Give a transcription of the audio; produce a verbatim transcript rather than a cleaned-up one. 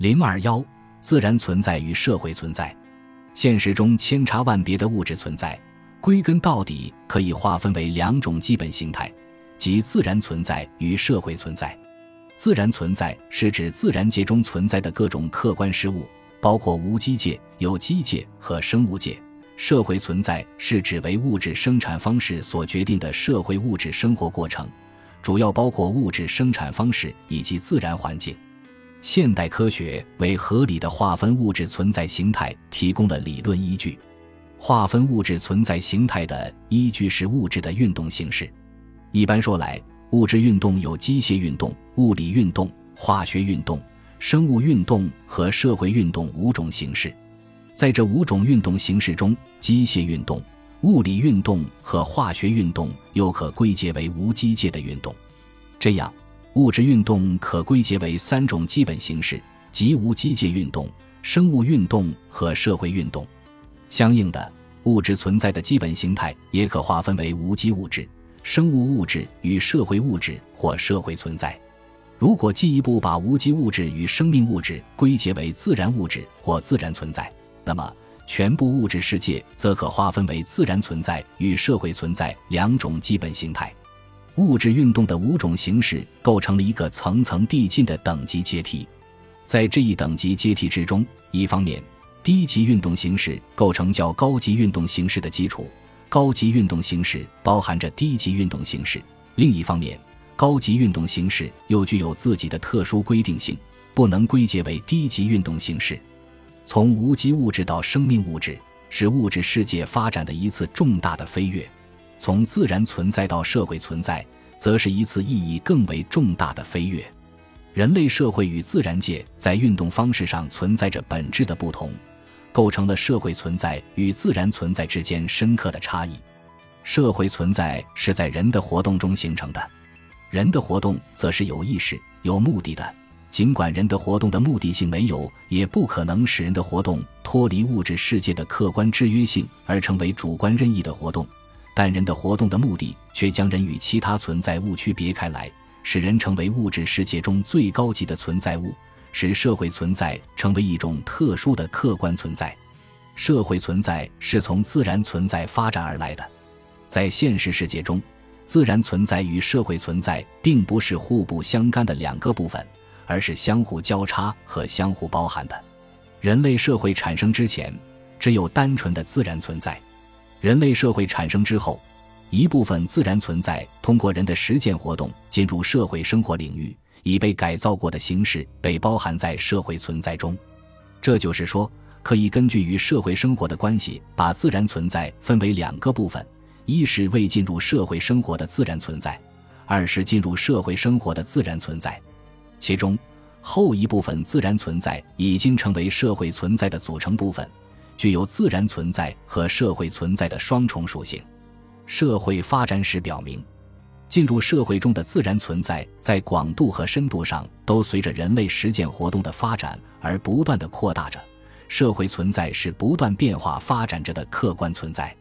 零二一自然存在与社会存在。现实中千差万别的物质存在，归根到底可以划分为两种基本形态，即自然存在与社会存在。自然存在是指自然界中存在的各种客观事物，包括无机界、有机界和生物界。社会存在是指为物质生产方式所决定的社会物质生活过程，主要包括物质生产方式以及自然环境。现代科学为合理的划分物质存在形态提供了理论依据。划分物质存在形态的依据是物质的运动形式。一般说来，物质运动有机械运动、物理运动、化学运动、生物运动和社会运动五种形式。在这五种运动形式中，机械运动、物理运动和化学运动又可归结为无机界的运动。这样，物质运动可归结为三种基本形式，即无机界运动、生物运动和社会运动。相应的，物质存在的基本形态也可划分为无机物质、生物物质与社会物质或社会存在。如果进一步把无机物质与生命物质归结为自然物质或自然存在，那么全部物质世界则可划分为自然存在与社会存在两种基本形态。物质运动的五种形式构成了一个层层递进的等级阶梯。在这一等级阶梯之中，一方面，低级运动形式构成较高级运动形式的基础，高级运动形式包含着低级运动形式；另一方面，高级运动形式又具有自己的特殊规定性，不能归结为低级运动形式。从无机物质到生命物质，是物质世界发展的一次重大的飞跃；从自然存在到社会存在，则是一次意义更为重大的飞跃。人类社会与自然界在运动方式上存在着本质的不同，构成了社会存在与自然存在之间深刻的差异。社会存在是在人的活动中形成的，人的活动则是有意识、有目的的。尽管人的活动的目的性没有，也不可能使人的活动脱离物质世界的客观制约性而成为主观任意的活动，但人的活动的目的却将人与其他存在物区别开来，使人成为物质世界中最高级的存在物，使社会存在成为一种特殊的客观存在。社会存在是从自然存在发展而来的。在现实世界中，自然存在与社会存在并不是互不相干的两个部分，而是相互交叉和相互包含的。人类社会产生之前，只有单纯的自然存在；人类社会产生之后，一部分自然存在通过人的实践活动进入社会生活领域，以被改造过的形式被包含在社会存在中。这就是说，可以根据与社会生活的关系，把自然存在分为两个部分：一是未进入社会生活的自然存在，二是进入社会生活的自然存在。其中后一部分自然存在已经成为社会存在的组成部分，具有自然存在和社会存在的双重属性。社会发展史表明，进入社会中的自然存在在广度和深度上都随着人类实践活动的发展而不断地扩大着。社会存在是不断变化发展着的客观存在。